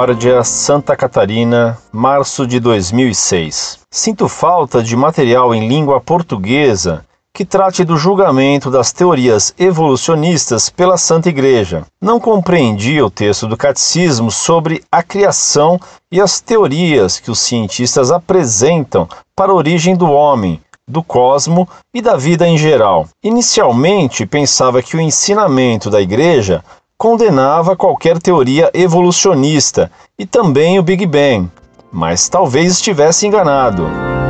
Concórdia, Santa Catarina, março de 2006. Sinto falta de material em língua portuguesa que trate do julgamento das teorias evolucionistas pela Santa Igreja. Não compreendi o texto do Catecismo sobre a criação e as teorias que os cientistas apresentam para a origem do homem, do cosmo e da vida em geral. Inicialmente, pensava que o ensinamento da Igreja condenava qualquer teoria evolucionista e também o Big Bang, mas talvez estivesse enganado.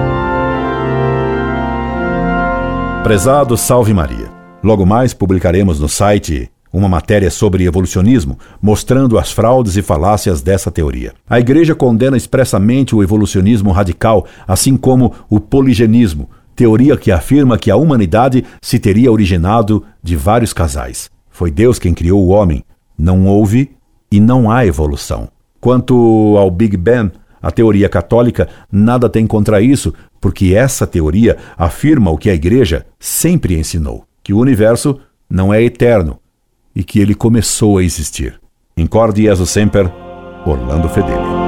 Prezado Salve Maria, logo mais publicaremos no site uma matéria sobre evolucionismo, mostrando as fraudes e falácias dessa teoria. A Igreja condena expressamente o evolucionismo radical, assim como o poligenismo, teoria que afirma que a humanidade se teria originado de vários casais. Foi Deus quem criou o homem. Não houve e não há evolução. Quanto ao Big Bang, a teoria católica nada tem contra isso, porque essa teoria afirma o que a Igreja sempre ensinou, que o universo não é eterno e que ele começou a existir. Incorde Jesus Semper, Orlando Fedeli.